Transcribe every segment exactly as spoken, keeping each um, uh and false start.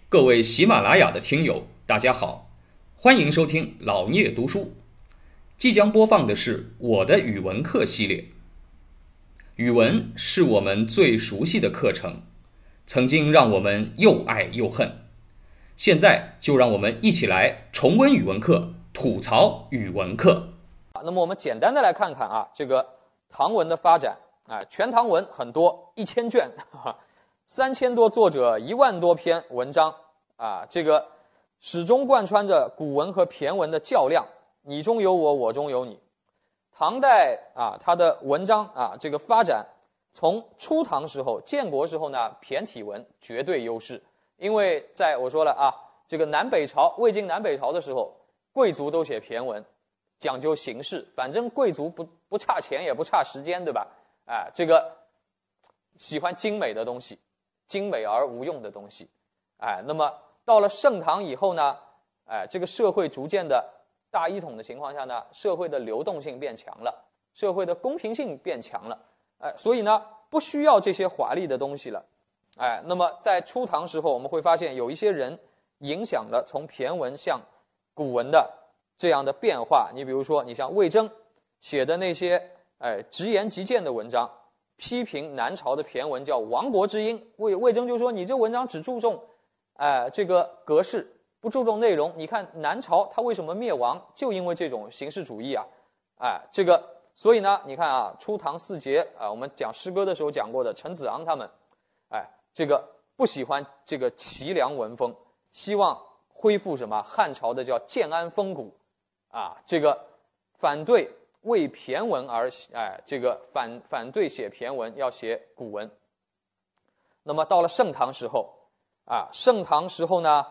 各位喜马拉雅的听友，大家好，欢迎收听老聂读书。即将播放的是我的语文课系列。语文是我们最熟悉的课程，曾经让我们又爱又恨。现在就让我们一起来重温语文课，吐槽语文课。 那么我们简单的来看看啊，这个唐文的发展啊，全唐文很多，一千卷，三千多作者，一万多篇文章啊，这个始终贯穿着古文和骈文的较量，你中有我，我中有你。唐代啊，它的文章啊，这个发展从初唐时候、建国时候呢，骈体文绝对优势，因为在我说了啊，这个南北朝、魏晋南北朝的时候，贵族都写骈文，讲究形式，反正贵族不不差钱也不差时间，对吧？哎，这个喜欢精美的东西，精美而无用的东西。哎，那么到了盛唐以后呢，哎，这个社会逐渐的大一统的情况下呢，社会的流动性变强了，社会的公平性变强了，哎，所以呢，不需要这些华丽的东西了。哎，那么在初唐时候，我们会发现有一些人影响了从骈文向古文的这样的变化。你比如说，你像魏征写的那些哎直言极谏的文章，批评南朝的骈文，叫亡国之音。魏魏征就说，你这文章只注重哎这个格式，不注重内容。你看南朝它为什么灭亡，就因为这种形式主义啊。哎，这个所以呢，你看啊，初唐四杰啊，我们讲诗歌的时候讲过的陈子昂他们，哎，这个不喜欢这个齐梁文风，希望恢复什么汉朝的叫建安风骨啊，这个反对为骈文而哎，这个反反对写骈文，要写古文。那么到了盛唐时候啊，盛唐时候呢，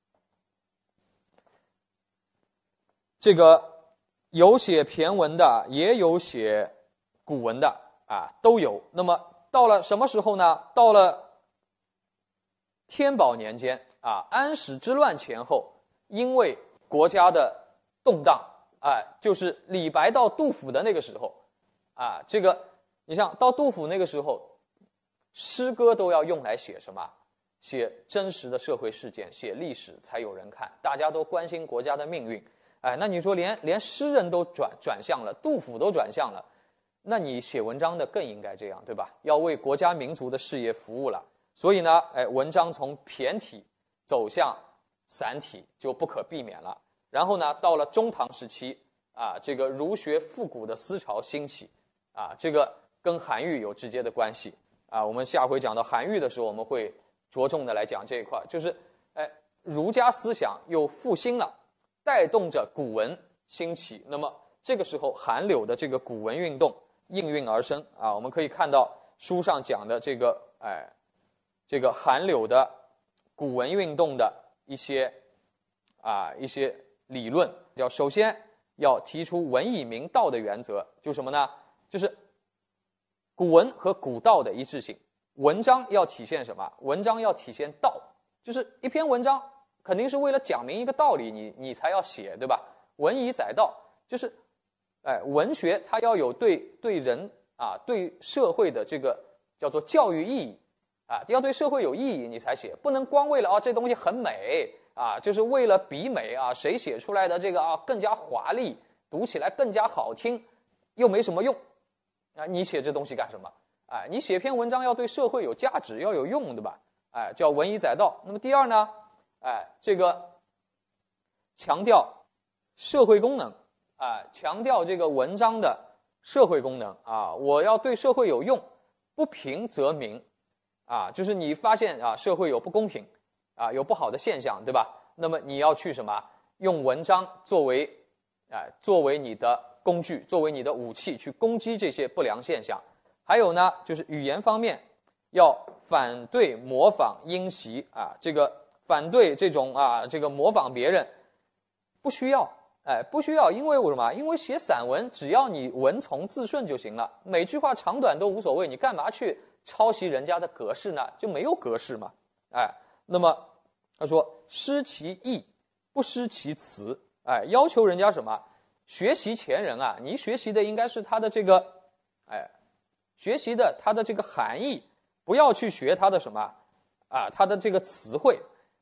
这个有写骈文的，也有写古文的啊，都有。那么到了什么时候呢？到了天宝年间啊，安史之乱前后，因为国家的动荡，哎，就是李白到杜甫的那个时候啊，这个你像到杜甫那个时候，诗歌都要用来写什么？写真实的社会事件，写历史才有人看，大家都关心国家的命运。哎，那你说连连诗人都转转向了，杜甫都转向了，那你写文章的更应该这样，对吧？要为国家民族的事业服务了。所以呢，哎，文章从骈体走向散体就不可避免了。然后呢，到了中唐时期啊，这个儒学复古的思潮兴起啊，这个跟韩愈有直接的关系啊。我们下回讲到韩愈的时候，我们会着重的来讲这一块，就是哎，儒家思想又复兴了，带动着古文兴起。那么这个时候，韩柳的这个古文运动应运而生啊。我们可以看到书上讲的这个哎，这个韩柳的古文运动的一些啊一些理论，要首先要提出文以明道的原则，就什么呢？就是古文和古道的一致性。文章要体现什么？文章要体现道，就是一篇文章肯定是为了讲明一个道理，你你才要写，对吧？文以载道，就是哎，文学它要有对对人啊对社会的这个叫做教育意义啊，要对社会有意义你才写，不能光为了啊这东西很美啊，就是为了比美啊，谁写出来的这个啊更加华丽，读起来更加好听，又没什么用啊，你写这东西干什么？哎，你写篇文章要对社会有价值，要有用，对吧？哎，叫文以载道。那么第二呢，哎，这个强调社会功能，哎，强调这个文章的社会功能啊，我要对社会有用，不平则鸣啊，就是你发现啊社会有不公平啊，有不好的现象，对吧？那么你要去什么？用文章作为哎作为你的工具，作为你的武器去攻击这些不良现象。还有呢，就是语言方面要反对模仿因袭啊，这个反对这种啊这个模仿别人不需要，哎，不需要，因为为什么？因为写散文只要你文从字顺就行了，每句话长短都无所谓，你干嘛去抄袭人家的格式呢？就没有格式嘛，哎，那么他说失其意，不失其词，哎，要求人家什么？学习前人啊，你学习的应该是他的这个，哎。学习的它的这个含义，不要去学它的什么啊，它的这个词汇，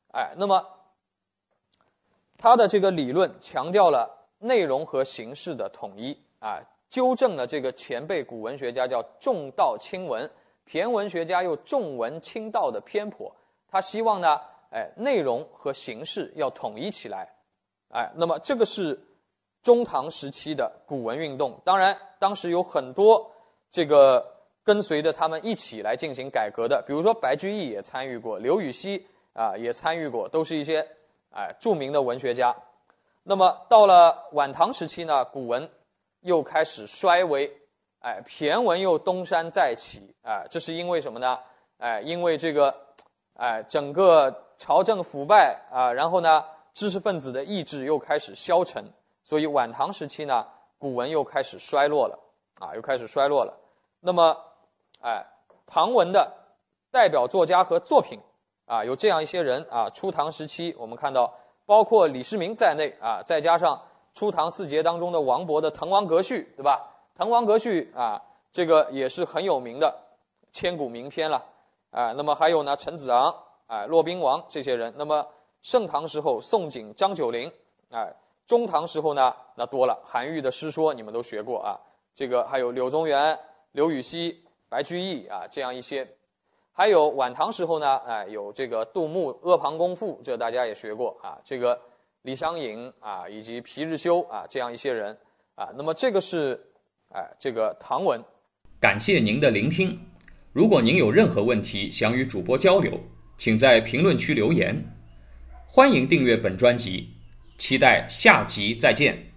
哎，那么他的这个理论强调了内容和形式的统一啊，纠正了这个前辈古文学家叫重道轻文，骈文学家又重文轻道的偏颇。他希望呢，哎，内容和形式要统一起来。哎，那么这个是中唐时期的古文运动。当然，当时有很多这个跟随着他们一起来进行改革的，比如说白居易也参与过，刘禹锡啊也参与过，都是一些哎著名的文学家。那么到了晚唐时期呢，古文又开始衰微，哎，骈文又东山再起，哎，这是因为什么呢？哎，因为这个，哎，整个朝政腐败啊，然后呢，知识分子的意志又开始消沉，所以晚唐时期呢，古文又开始衰落了，啊，又开始衰落了。那么，哎，唐文的代表作家和作品啊，有这样一些人啊，初唐时期我们看到，包括李世民在内啊，再加上初唐四杰当中的王勃的《滕王阁序》，对吧？《滕王阁序》啊，这个也是很有名的千古名篇了啊。那么还有呢，陈子昂、啊、骆宾王这些人。那么盛唐时候，宋璟、张九龄，哎，中唐时候呢，那多了，韩愈的诗说你们都学过啊。这个还有柳宗元、刘禹锡、白居易啊，这样一些。还有晚唐时候呢，哎，有这个杜牧《阿房宫赋》，这大家也学过啊。这个李商隐啊，以及皮日休啊，这样一些人啊。那么这个是哎这个唐文。 感谢您的聆听。如果您有任何问题想与主播交流，请在评论区留言。欢迎订阅本专辑，期待下集再见。